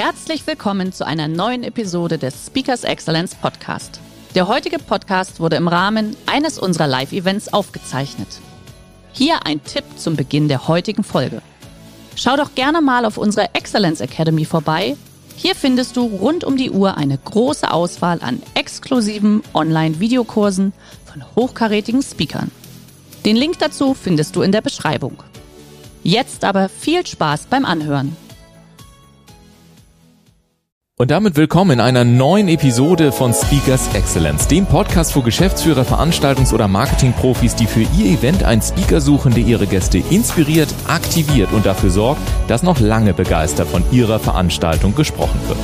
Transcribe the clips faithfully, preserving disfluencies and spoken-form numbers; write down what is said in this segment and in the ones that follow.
Herzlich willkommen zu einer neuen Episode des Speakers Excellence Podcast. Der heutige Podcast wurde im Rahmen eines unserer Live-Events aufgezeichnet. Hier ein Tipp zum Beginn der heutigen Folge. Schau doch gerne mal auf unserer Excellence Academy vorbei. Hier findest du rund um die Uhr eine große Auswahl an exklusiven Online-Videokursen von hochkarätigen Speakern. Den Link dazu findest du in der Beschreibung. Jetzt aber viel Spaß beim Anhören. Und damit willkommen in einer neuen Episode von Speakers Excellence, dem Podcast für Geschäftsführer, Veranstaltungs- oder Marketingprofis, die für ihr Event einen Speaker suchen, der ihre Gäste inspiriert, aktiviert und dafür sorgt, dass noch lange begeistert von ihrer Veranstaltung gesprochen wird.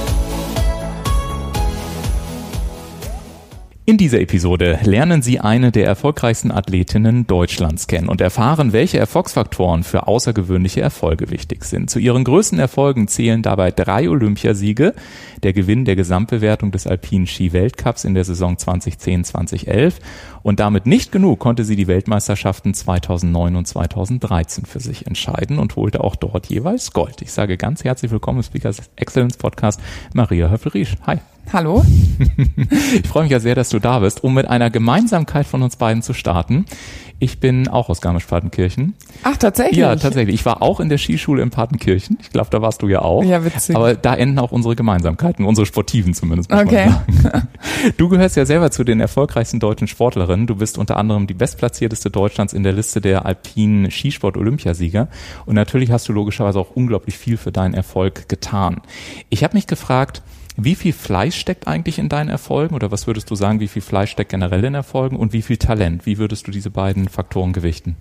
In dieser Episode lernen Sie eine der erfolgreichsten Athletinnen Deutschlands kennen und erfahren, welche Erfolgsfaktoren für außergewöhnliche Erfolge wichtig sind. Zu ihren größten Erfolgen zählen dabei drei Olympiasiege, der Gewinn der Gesamtbewertung des Alpinen Ski-Weltcups in der Saison zwanzig zehn zwanzig elf und damit nicht genug konnte sie die Weltmeisterschaften zweitausendneun und zweitausenddreizehn für sich entscheiden und holte auch dort jeweils Gold. Ich sage ganz herzlich willkommen im Speakers Excellence Podcast, Maria Höffel-Riesch. Hi. Hallo. Ich freue mich ja sehr, dass du da bist, um mit einer Gemeinsamkeit von uns beiden zu starten. Ich bin auch aus Garmisch-Partenkirchen. Ach, tatsächlich? Ja, tatsächlich. Ich war auch in der Skischule in Partenkirchen. Ich glaube, da warst du ja auch. Ja, witzig. Aber da enden auch unsere Gemeinsamkeiten, unsere sportiven zumindest, muss okay. man sagen. Du gehörst ja selber zu den erfolgreichsten deutschen Sportlerinnen. Du bist unter anderem die bestplatzierteste Deutschlands in der Liste der alpinen Skisport-Olympiasieger. Und natürlich hast du logischerweise auch unglaublich viel für deinen Erfolg getan. Ich habe mich gefragt, wie viel Fleiß steckt eigentlich in deinen Erfolgen oder was würdest du sagen, wie viel Fleiß steckt generell in Erfolgen und wie viel Talent? Wie würdest du diese beiden Faktoren gewichten?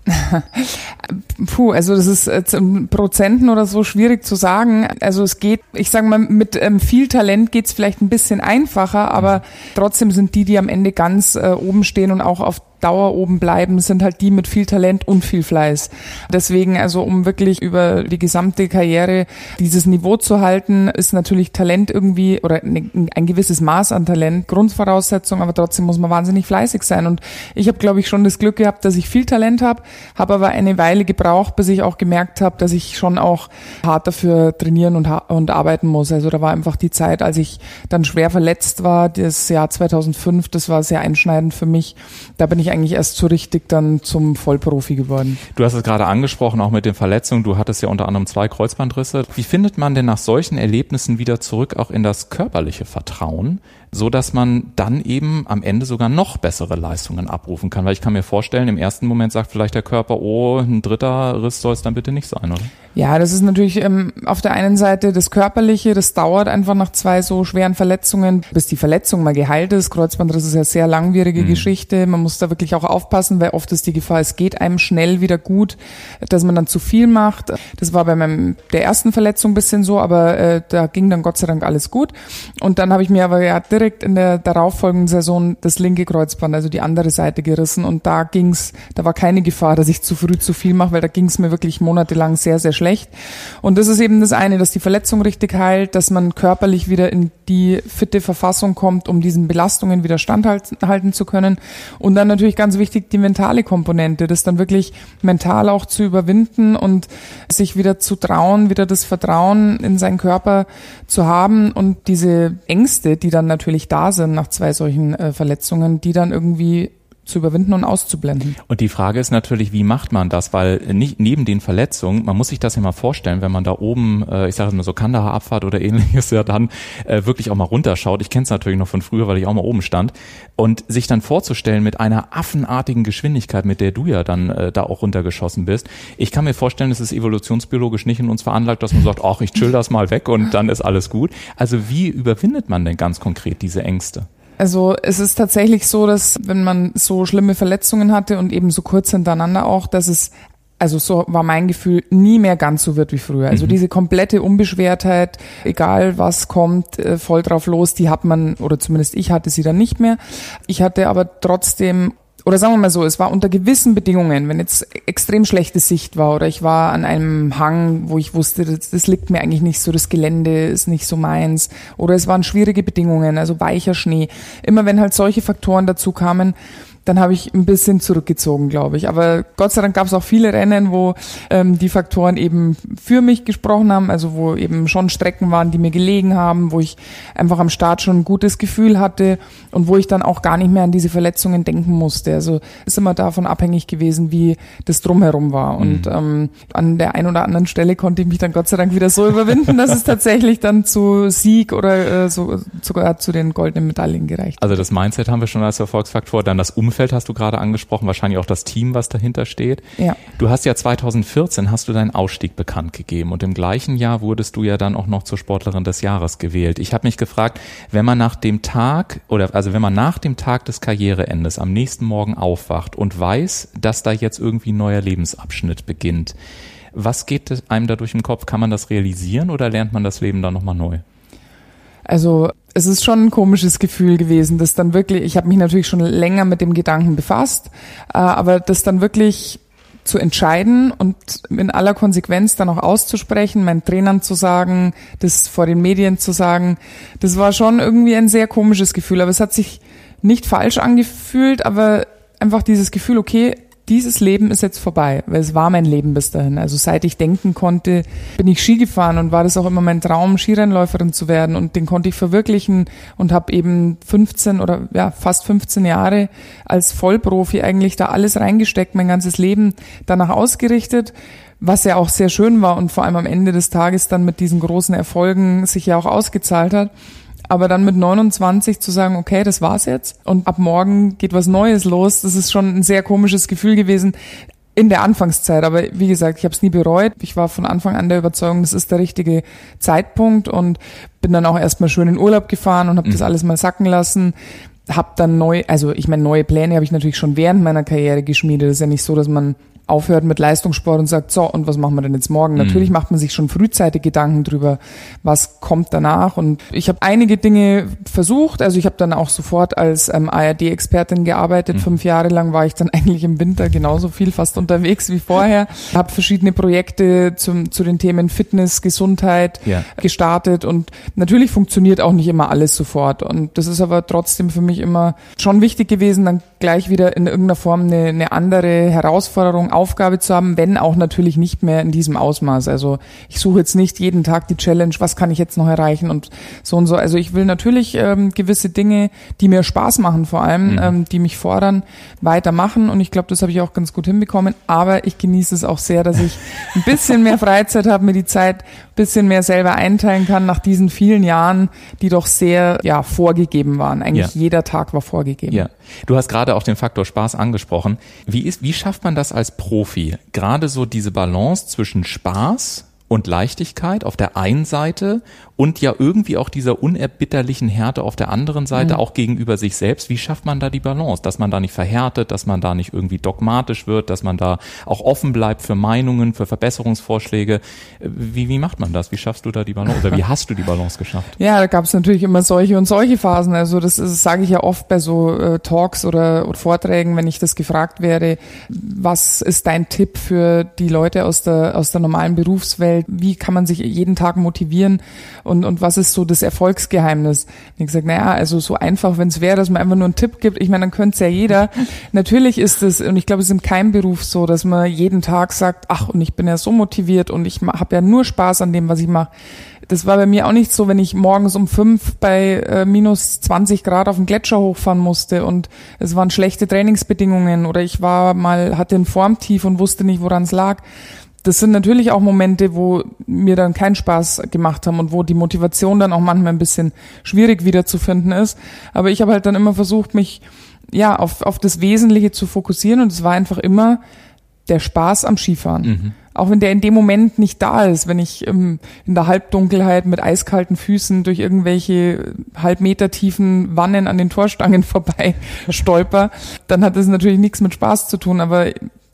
Puh, also das ist jetzt in Prozenten oder so schwierig zu sagen. Also es geht, ich sage mal, mit ähm, viel Talent geht's vielleicht ein bisschen einfacher, aber mhm. trotzdem sind die, die am Ende ganz äh, oben stehen und auch auf Dauer oben bleiben, sind halt die mit viel Talent und viel Fleiß. Deswegen, also um wirklich über die gesamte Karriere dieses Niveau zu halten, ist natürlich Talent irgendwie oder ein gewisses Maß an Talent Grundvoraussetzung, aber trotzdem muss man wahnsinnig fleißig sein. Und ich habe, glaube ich, schon das Glück gehabt, dass ich viel Talent habe, habe aber eine Weile gebraucht, bis ich auch gemerkt habe, dass ich schon auch hart dafür trainieren und, und arbeiten muss. Also da war einfach die Zeit, als ich dann schwer verletzt war, das Jahr zweitausendfünf, das war sehr einschneidend für mich. Da bin ich eigentlich erst so richtig dann zum Vollprofi geworden. Du hast es gerade angesprochen, auch mit den Verletzungen. Du hattest ja unter anderem zwei Kreuzbandrisse. Wie findet man denn nach solchen Erlebnissen wieder zurück auch in das körperliche Vertrauen, so dass man dann eben am Ende sogar noch bessere Leistungen abrufen kann? Weil ich kann mir vorstellen, im ersten Moment sagt vielleicht der Körper, oh, ein dritter Riss soll es dann bitte nicht sein, oder? Ja, das ist natürlich ähm, auf der einen Seite das Körperliche, das dauert einfach nach zwei so schweren Verletzungen, bis die Verletzung mal geheilt ist. Kreuzbandriss ist ja eine sehr langwierige mhm. Geschichte. Man muss da wirklich auch aufpassen, weil oft ist die Gefahr, es geht einem schnell wieder gut, dass man dann zu viel macht. Das war bei meinem der ersten Verletzung ein bisschen so, aber äh, da ging dann Gott sei Dank alles gut. Und dann habe ich mir aber ja direkt in der darauffolgenden Saison das linke Kreuzband, also die andere Seite gerissen und da ging's, da war keine Gefahr, dass ich zu früh zu viel mache, weil da ging's mir wirklich monatelang sehr, sehr schlecht. Und das ist eben das eine, dass die Verletzung richtig heilt, dass man körperlich wieder in die fitte Verfassung kommt, um diesen Belastungen wieder standhalten zu können. Und dann natürlich ganz wichtig die mentale Komponente, das dann wirklich mental auch zu überwinden und sich wieder zu trauen, wieder das Vertrauen in seinen Körper zu haben und diese Ängste, die dann natürlich da sind nach zwei solchen äh, Verletzungen, die dann irgendwie zu überwinden und auszublenden. Und die Frage ist natürlich, wie macht man das? Weil nicht neben den Verletzungen, man muss sich das ja mal vorstellen, wenn man da oben, äh, ich sage mal so Kandahar-Abfahrt oder ähnliches, ja dann äh, wirklich auch mal runterschaut. Ich kenne es natürlich noch von früher, weil ich auch mal oben stand. Und sich dann vorzustellen mit einer affenartigen Geschwindigkeit, mit der du ja dann äh, da auch runtergeschossen bist. Ich kann mir vorstellen, es ist evolutionsbiologisch nicht in uns veranlagt, dass man sagt, ach, ich chill das mal weg und dann ist alles gut. Also wie überwindet man denn ganz konkret diese Ängste? Also es ist tatsächlich so, dass wenn man so schlimme Verletzungen hatte und eben so kurz hintereinander auch, dass es, also so war mein Gefühl, nie mehr ganz so wird wie früher. Also mhm. diese komplette Unbeschwertheit, egal was kommt, voll drauf los, die hat man, oder zumindest ich hatte sie dann nicht mehr. Ich hatte aber trotzdem, oder sagen wir mal so, es war unter gewissen Bedingungen, wenn jetzt extrem schlechte Sicht war oder ich war an einem Hang, wo ich wusste, das, das liegt mir eigentlich nicht so, das Gelände ist nicht so meins, oder es waren schwierige Bedingungen, also weicher Schnee. Immer wenn halt solche Faktoren dazu kamen, dann habe ich ein bisschen zurückgezogen, glaube ich. Aber Gott sei Dank gab es auch viele Rennen, wo ähm, die Faktoren eben für mich gesprochen haben, also wo eben schon Strecken waren, die mir gelegen haben, wo ich einfach am Start schon ein gutes Gefühl hatte und wo ich dann auch gar nicht mehr an diese Verletzungen denken musste. Also ist immer davon abhängig gewesen, wie das Drumherum war. Und mhm. ähm, an der einen oder anderen Stelle konnte ich mich dann Gott sei Dank wieder so überwinden, dass es tatsächlich dann zu Sieg oder äh, so, sogar zu den goldenen Medaillen gereicht. Also das Mindset haben wir schon als Erfolgsfaktor, dann das Umfeld hast du gerade angesprochen, wahrscheinlich auch das Team, was dahinter steht. Ja. Du hast ja zweitausendvierzehn hast du deinen Ausstieg bekannt gegeben und im gleichen Jahr wurdest du ja dann auch noch zur Sportlerin des Jahres gewählt. Ich habe mich gefragt, wenn man nach dem Tag oder also wenn man nach dem Tag des Karriereendes am nächsten Morgen aufwacht und weiß, dass da jetzt irgendwie ein neuer Lebensabschnitt beginnt, was geht einem da durch den Kopf? Kann man das realisieren oder lernt man das Leben dann nochmal neu? Also es ist schon ein komisches Gefühl gewesen, das dann wirklich, ich habe mich natürlich schon länger mit dem Gedanken befasst, aber das dann wirklich zu entscheiden und in aller Konsequenz dann auch auszusprechen, meinen Trainern zu sagen, das vor den Medien zu sagen, das war schon irgendwie ein sehr komisches Gefühl, aber es hat sich nicht falsch angefühlt, aber einfach dieses Gefühl, okay, dieses Leben ist jetzt vorbei, weil es war mein Leben bis dahin. Also seit ich denken konnte, bin ich Ski gefahren und war das auch immer mein Traum, Skirennläuferin zu werden und den konnte ich verwirklichen und habe eben fünfzehn oder ja fast fünfzehn Jahre als Vollprofi eigentlich da alles reingesteckt, mein ganzes Leben danach ausgerichtet, was ja auch sehr schön war und vor allem am Ende des Tages dann mit diesen großen Erfolgen sich ja auch ausgezahlt hat. Aber dann mit neunundzwanzig zu sagen, okay, das war's jetzt und ab morgen geht was Neues los, das ist schon ein sehr komisches Gefühl gewesen in der Anfangszeit. Aber wie gesagt, ich habe es nie bereut. Ich war von Anfang an der Überzeugung, das ist der richtige Zeitpunkt und bin dann auch erstmal schön in Urlaub gefahren und habe mhm. das alles mal sacken lassen. Hab dann neu, also ich meine, neue Pläne habe ich natürlich schon während meiner Karriere geschmiedet. Das ist ja nicht so, dass man aufhört mit Leistungssport und sagt, so, und was machen wir denn jetzt morgen? Mhm. Natürlich macht man sich schon frühzeitig Gedanken drüber, was kommt danach. Und ich habe einige Dinge versucht. Also ich habe dann auch sofort als ähm, A R D-Expertin gearbeitet. Mhm. Fünf Jahre lang war ich dann eigentlich im Winter genauso viel fast unterwegs wie vorher. Habe verschiedene Projekte zum, zu den Themen Fitness, Gesundheit ja. gestartet. Und natürlich funktioniert auch nicht immer alles sofort. Und das ist aber trotzdem für mich immer schon wichtig gewesen, dann gleich wieder in irgendeiner Form eine, eine andere Herausforderung, Aufgabe zu haben, wenn auch natürlich nicht mehr in diesem Ausmaß. Also ich suche jetzt nicht jeden Tag die Challenge, was kann ich jetzt noch erreichen und so und so. Also ich will natürlich ähm, gewisse Dinge, die mir Spaß machen vor allem, mhm. ähm, die mich fordern, weitermachen und ich glaube, das habe ich auch ganz gut hinbekommen. Aber ich genieße es auch sehr, dass ich ein bisschen mehr Freizeit habe, mir die Zeit ein bisschen mehr selber einteilen kann nach diesen vielen Jahren, die doch sehr ja vorgegeben waren. Eigentlich ja. jeder Tag war vorgegeben. Ja. Du hast gerade auch den Faktor Spaß angesprochen. Wie ist, wie schafft man das als Profi? Gerade so diese Balance zwischen Spaß und Leichtigkeit auf der einen Seite und ja irgendwie auch dieser unerbitterlichen Härte auf der anderen Seite, mhm. auch gegenüber sich selbst. Wie schafft man da die Balance? Dass man da nicht verhärtet, dass man da nicht irgendwie dogmatisch wird, dass man da auch offen bleibt für Meinungen, für Verbesserungsvorschläge. Wie, wie macht man das? Wie schaffst du da die Balance? Oder wie hast du die Balance geschafft? Ja, da gab es natürlich immer solche und solche Phasen. Also das, das sage ich ja oft bei so äh, Talks oder, oder Vorträgen, wenn ich das gefragt werde, was ist dein Tipp für die Leute aus der, aus der normalen Berufswelt? Wie kann man sich jeden Tag motivieren und, und was ist so das Erfolgsgeheimnis? Ich habe gesagt, naja, also so einfach, wenn es wäre, dass man einfach nur einen Tipp gibt. Ich meine, dann könnte es ja jeder. Natürlich ist es, und ich glaube, es ist in keinem Beruf so, dass man jeden Tag sagt, ach, und ich bin ja so motiviert und ich habe ja nur Spaß an dem, was ich mache. Das war bei mir auch nicht so, wenn ich morgens um fünf bei äh, minus zwanzig Grad auf den Gletscher hochfahren musste und es waren schlechte Trainingsbedingungen oder ich war mal, hatte ein Formtief und wusste nicht, woran es lag. Das sind natürlich auch Momente, wo mir dann keinen Spaß gemacht haben und wo die Motivation dann auch manchmal ein bisschen schwierig wiederzufinden ist. Aber ich habe halt dann immer versucht, mich ja auf auf das Wesentliche zu fokussieren und es war einfach immer der Spaß am Skifahren. Mhm. Auch wenn der in dem Moment nicht da ist, wenn ich ähm, in der Halbdunkelheit mit eiskalten Füßen durch irgendwelche halbmeter tiefen Wannen an den Torstangen vorbei stolper, dann hat das natürlich nichts mit Spaß zu tun, aber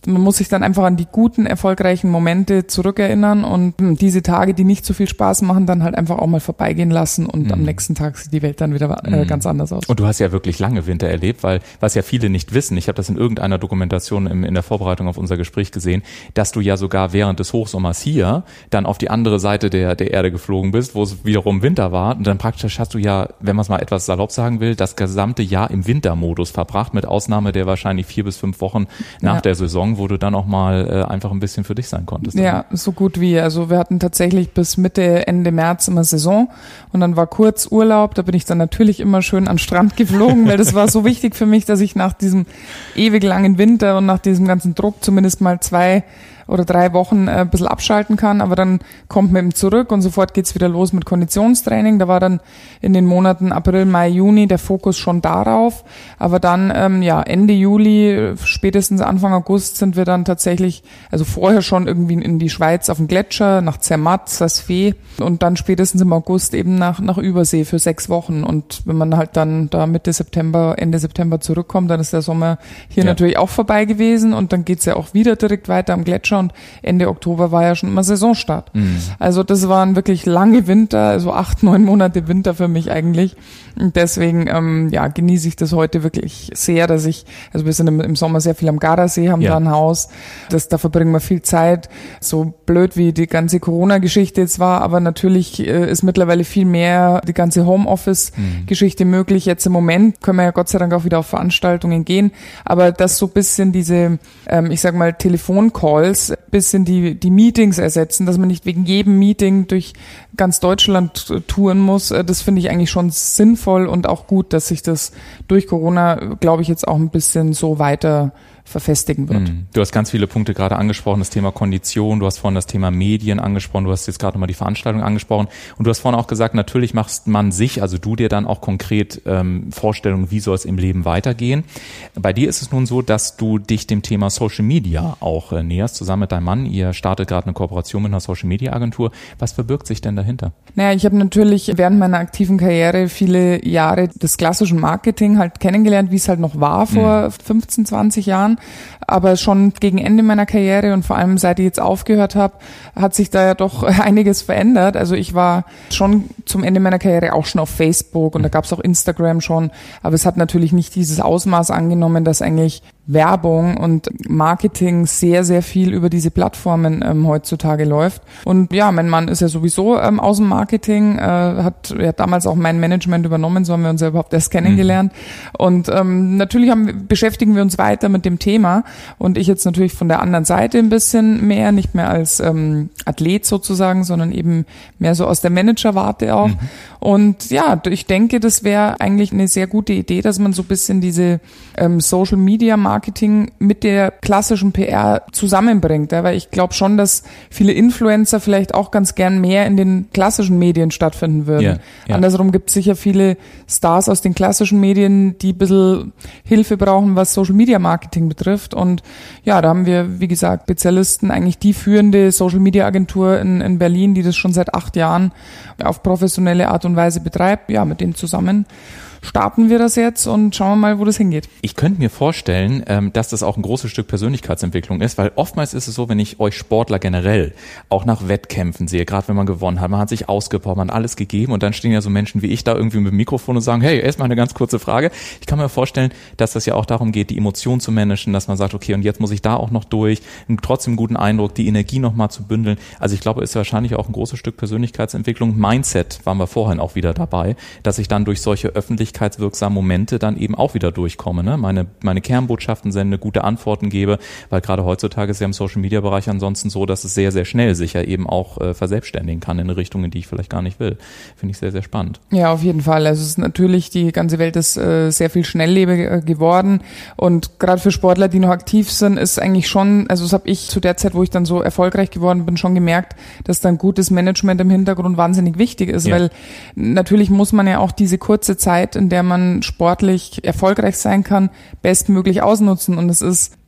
man muss sich dann einfach an die guten, erfolgreichen Momente zurückerinnern und diese Tage, die nicht so viel Spaß machen, dann halt einfach auch mal vorbeigehen lassen und mhm. am nächsten Tag sieht die Welt dann wieder äh, mhm. ganz anders aus. Und du hast ja wirklich lange Winter erlebt, weil was ja viele nicht wissen, ich habe das in irgendeiner Dokumentation im, in der Vorbereitung auf unser Gespräch gesehen, dass du ja sogar während des Hochsommers hier dann auf die andere Seite der, der Erde geflogen bist, wo es wiederum Winter war und dann praktisch hast du ja, wenn man es mal etwas salopp sagen will, das gesamte Jahr im Wintermodus verbracht, mit Ausnahme der wahrscheinlich vier bis fünf Wochen nach ja. der Saison, wo du dann auch mal äh, einfach ein bisschen für dich sein konntest. Ja, so gut wie. Also wir hatten tatsächlich bis Mitte, Ende März immer Saison und dann war kurz Urlaub, da bin ich dann natürlich immer schön an den Strand geflogen, weil das war so wichtig für mich, dass ich nach diesem ewig langen Winter und nach diesem ganzen Druck zumindest mal zwei oder drei Wochen äh, ein bisschen abschalten kann, aber dann kommt man eben zurück und sofort geht's wieder los mit Konditionstraining. Da war dann in den Monaten April, Mai, Juni der Fokus schon darauf, aber dann ähm, ja Ende Juli, spätestens Anfang August sind wir dann tatsächlich, also vorher schon irgendwie in die Schweiz auf den Gletscher, nach Zermatt, Saas-Fee und dann spätestens im August eben nach nach Übersee für sechs Wochen und wenn man halt dann da Mitte September, Ende September zurückkommt, dann ist der Sommer hier ja. natürlich auch vorbei gewesen und dann geht's ja auch wieder direkt weiter am Gletscher und Ende Oktober war ja schon immer Saisonstart. Mhm. Also das waren wirklich lange Winter, also acht, neun Monate Winter für mich eigentlich. Und deswegen ähm, ja genieße ich das heute wirklich sehr, dass ich, also wir sind im, im Sommer sehr viel am Gardasee, haben ja. da ein Haus, das, da verbringen wir viel Zeit. So blöd wie die ganze Corona-Geschichte jetzt war, aber natürlich äh, ist mittlerweile viel mehr die ganze Homeoffice-Geschichte mhm. möglich. Jetzt im Moment können wir ja Gott sei Dank auch wieder auf Veranstaltungen gehen, aber dass so ein bisschen diese, ähm, ich sag mal, Telefoncalls bisschen die die Meetings ersetzen, dass man nicht wegen jedem Meeting durch ganz Deutschland touren muss. Das finde ich eigentlich schon sinnvoll und auch gut, dass sich das durch Corona, glaube ich, jetzt auch ein bisschen so weiter verfestigen wird. Du hast ganz viele Punkte gerade angesprochen, das Thema Kondition, du hast vorhin das Thema Medien angesprochen, du hast jetzt gerade nochmal die Veranstaltung angesprochen und du hast vorhin auch gesagt, natürlich macht man sich, also du dir dann auch konkret ähm, Vorstellungen, wie soll es im Leben weitergehen. Bei dir ist es nun so, dass du dich dem Thema Social Media auch äh, näherst, zusammen mit deinem Mann. Ihr startet gerade eine Kooperation mit einer Social Media Agentur. Was verbirgt sich denn dahinter? Naja, ich habe natürlich während meiner aktiven Karriere viele Jahre des klassischen Marketing halt kennengelernt, wie es halt noch war vor mhm. fünfzehn, zwanzig Jahren. Aber schon gegen Ende meiner Karriere und vor allem seit ich jetzt aufgehört habe, hat sich da ja doch einiges verändert. Also ich war schon zum Ende meiner Karriere auch schon auf Facebook und da gab es auch Instagram schon, aber es hat natürlich nicht dieses Ausmaß angenommen, dass eigentlich Werbung und Marketing sehr, sehr viel über diese Plattformen ähm, heutzutage läuft. Und ja, mein Mann ist ja sowieso ähm, aus dem Marketing, äh, hat ja damals auch mein Management übernommen, so haben wir uns ja überhaupt erst kennengelernt. Mhm. Und ähm, natürlich haben, beschäftigen wir uns weiter mit dem Thema und ich jetzt natürlich von der anderen Seite ein bisschen mehr, nicht mehr als ähm, Athlet sozusagen, sondern eben mehr so aus der Managerwarte auch. Mhm. Und ja, ich denke, das wäre eigentlich eine sehr gute Idee, dass man so ein bisschen diese ähm, Social Media Marketing mit der klassischen P R zusammenbringt, ja, weil ich glaube schon, dass viele Influencer vielleicht auch ganz gern mehr in den klassischen Medien stattfinden würden. Yeah, yeah. Andersrum gibt es sicher viele Stars aus den klassischen Medien, die ein bisschen Hilfe brauchen, was Social Media Marketing betrifft. Und ja, da haben wir, wie gesagt, Spezialisten, eigentlich die führende Social Media Agentur in, in Berlin, die das schon seit acht Jahren auf professionelle Art und Weise betreibt. Ja, mit dem zusammen starten wir das jetzt und schauen wir mal, wo das hingeht. Ich könnte mir vorstellen, dass das auch ein großes Stück Persönlichkeitsentwicklung ist, weil oftmals ist es so, wenn ich euch Sportler generell auch nach Wettkämpfen sehe, gerade wenn man gewonnen hat, man hat sich ausgepowert, man hat alles gegeben und dann stehen ja so Menschen wie ich da irgendwie mit dem Mikrofon und sagen, hey, erstmal eine ganz kurze Frage. Ich kann mir vorstellen, dass das ja auch darum geht, die Emotionen zu managen, dass man sagt, okay, und jetzt muss ich da auch noch durch, trotzdem einen guten Eindruck, die Energie nochmal zu bündeln. Also ich glaube, es ist wahrscheinlich auch ein großes Stück Persönlichkeitsentwicklung. Mindset waren wir vorhin auch wieder dabei, dass ich dann durch solche öffentlichen wirksamen Momente dann eben auch wieder durchkomme, ne? Meine, meine Kernbotschaften sende, gute Antworten gebe, weil gerade heutzutage ist ja im Social-Media-Bereich ansonsten so, dass es sehr, sehr schnell sich ja eben auch äh, verselbstständigen kann in eine Richtung, in die ich vielleicht gar nicht will. Finde ich sehr, sehr spannend. Ja, auf jeden Fall. Also es ist natürlich, die ganze Welt ist äh, sehr viel schnelllebiger geworden und gerade für Sportler, die noch aktiv sind, ist eigentlich schon, also das habe ich zu der Zeit, wo ich dann so erfolgreich geworden bin, schon gemerkt, dass dann gutes Management im Hintergrund wahnsinnig wichtig ist, ja. Weil natürlich muss man ja auch diese kurze Zeit, in der man sportlich erfolgreich sein kann, bestmöglich ausnutzen. Und es ist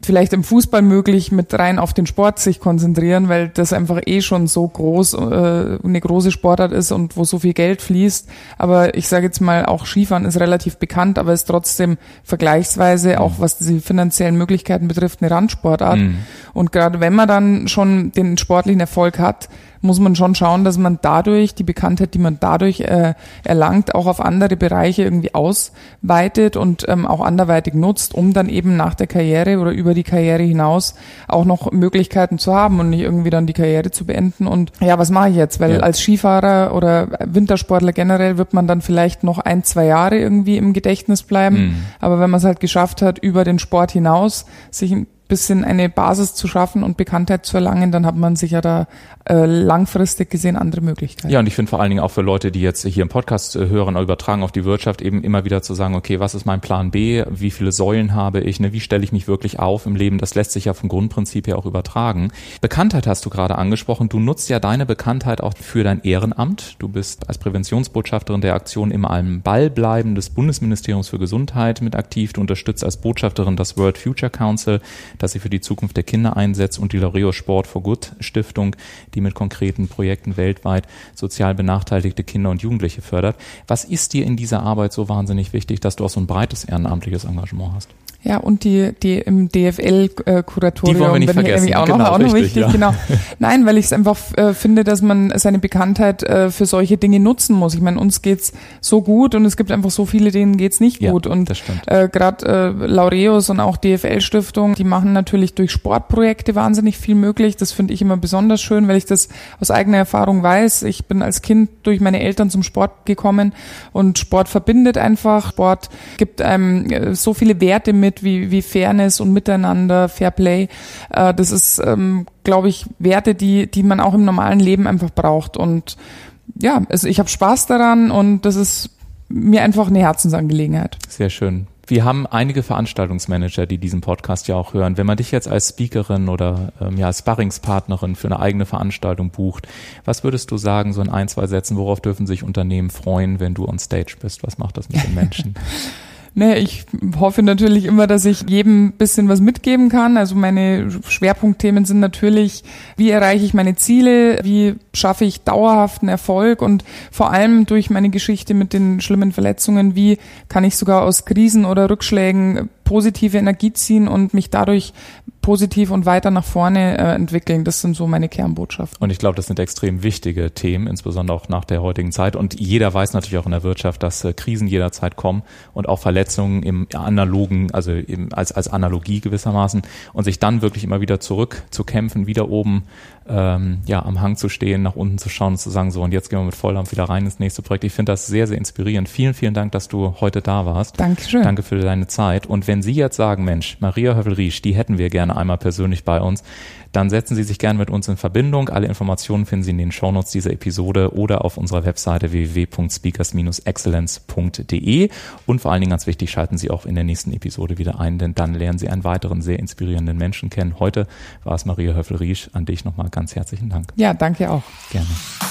vielleicht im Fußball möglich, mit rein auf den Sport sich konzentrieren, weil das einfach eh schon so groß, äh, eine große Sportart ist und wo so viel Geld fließt. Aber ich sage jetzt mal, auch Skifahren ist relativ bekannt, aber ist trotzdem vergleichsweise, mhm. auch was die finanziellen Möglichkeiten betrifft, eine Randsportart. Mhm. Und gerade wenn man dann schon den sportlichen Erfolg hat, muss man schon schauen, dass man dadurch, die Bekanntheit, die man dadurch äh, erlangt, auch auf andere Bereiche irgendwie ausweitet und ähm, auch anderweitig nutzt, um dann eben nach der Karriere oder über die Karriere hinaus auch noch Möglichkeiten zu haben und nicht irgendwie dann die Karriere zu beenden. Und ja, was mache ich jetzt? Weil ja. als Skifahrer oder Wintersportler generell wird man dann vielleicht noch ein, zwei Jahre irgendwie im Gedächtnis bleiben. Mhm. Aber wenn man es halt geschafft hat, über den Sport hinaus sich ein bisschen eine Basis zu schaffen und Bekanntheit zu erlangen, dann hat man sicher da äh, langfristig gesehen andere Möglichkeiten. Ja, und ich finde vor allen Dingen auch für Leute, die jetzt hier im Podcast äh, hören, übertragen auf die Wirtschaft, eben immer wieder zu sagen, okay, was ist mein Plan B, wie viele Säulen habe ich, ne? Wie stelle ich mich wirklich auf im Leben, das lässt sich ja vom Grundprinzip her auch übertragen. Bekanntheit hast du gerade angesprochen, du nutzt ja deine Bekanntheit auch für dein Ehrenamt, du bist als Präventionsbotschafterin der Aktion Immer am Ball bleiben des Bundesministeriums für Gesundheit mit aktiv, du unterstützt als Botschafterin das World Future Council, das sich für die Zukunft der Kinder einsetzt, und die Laureus Sport for Good Stiftung, die mit konkreten Projekten weltweit sozial benachteiligte Kinder und Jugendliche fördert. Was ist dir in dieser Arbeit so wahnsinnig wichtig, dass du auch so ein breites ehrenamtliches Engagement hast? Ja, und die die im D F L-Kuratorium. Die wollen wir nicht vergessen. Auch genau, noch, auch richtig, noch wichtig, ja. genau. Nein, weil ich es einfach äh, finde, dass man seine Bekanntheit äh, für solche Dinge nutzen muss. Ich meine, uns geht's so gut und es gibt einfach so viele, denen geht's nicht ja, gut. Und das stimmt. Äh, gerade äh, Laureus und auch D F L-Stiftung, die machen natürlich durch Sportprojekte wahnsinnig viel möglich. Das finde ich immer besonders schön, weil ich das aus eigener Erfahrung weiß. Ich bin als Kind durch meine Eltern zum Sport gekommen und Sport verbindet einfach. Sport gibt einem äh, so viele Werte mit, wie, wie Fairness und Miteinander, Fairplay. Äh, das ist, ähm, glaube ich, Werte, die, die man auch im normalen Leben einfach braucht. Und ja, also ich habe Spaß daran und das ist mir einfach eine Herzensangelegenheit. Sehr schön. Wir haben einige Veranstaltungsmanager, die diesen Podcast ja auch hören. Wenn man dich jetzt als Speakerin oder ähm, ja als Sparringspartnerin für eine eigene Veranstaltung bucht, was würdest du sagen, so in ein, zwei Sätzen, worauf dürfen sich Unternehmen freuen, wenn du on stage bist? Was macht das mit den Menschen? Nee, ich hoffe natürlich immer, dass ich jedem ein bisschen was mitgeben kann. Also meine Schwerpunktthemen sind natürlich, wie erreiche ich meine Ziele, wie schaffe ich dauerhaften Erfolg und vor allem durch meine Geschichte mit den schlimmen Verletzungen, wie kann ich sogar aus Krisen oder Rückschlägen positive Energie ziehen und mich dadurch positiv und weiter nach vorne äh, entwickeln. Das sind so meine Kernbotschaften. Und ich glaube, das sind extrem wichtige Themen, insbesondere auch nach der heutigen Zeit. Und jeder weiß natürlich auch in der Wirtschaft, dass äh, Krisen jederzeit kommen und auch Verletzungen im analogen, also im, als, als Analogie gewissermaßen. Und sich dann wirklich immer wieder zurück zu kämpfen, wieder oben ähm, ja am Hang zu stehen, nach unten zu schauen und zu sagen, so und jetzt gehen wir mit Volldampf wieder rein ins nächste Projekt. Ich finde das sehr, sehr inspirierend. Vielen, vielen Dank, dass du heute da warst. Dankeschön. Danke für deine Zeit. Und wenn Sie jetzt sagen, Mensch, Maria Hövel-Riesch, die hätten wir gerne einmal persönlich bei uns, dann setzen Sie sich gerne mit uns in Verbindung. Alle Informationen finden Sie in den Shownotes dieser Episode oder auf unserer Webseite w w w punkt speakers Bindestrich excellence punkt d e. Und vor allen Dingen ganz wichtig, schalten Sie auch in der nächsten Episode wieder ein, denn dann lernen Sie einen weiteren sehr inspirierenden Menschen kennen. Heute war es Maria Hövel-Riesch. An dich nochmal ganz herzlichen Dank. Ja, danke auch. Gerne.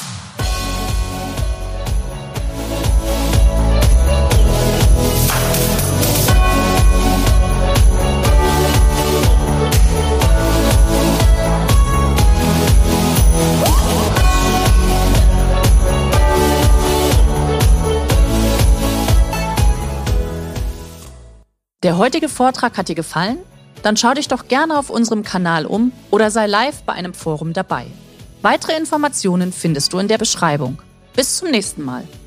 Der heutige Vortrag hat dir gefallen? Dann schau dich doch gerne auf unserem Kanal um oder sei live bei einem Forum dabei. Weitere Informationen findest du in der Beschreibung. Bis zum nächsten Mal.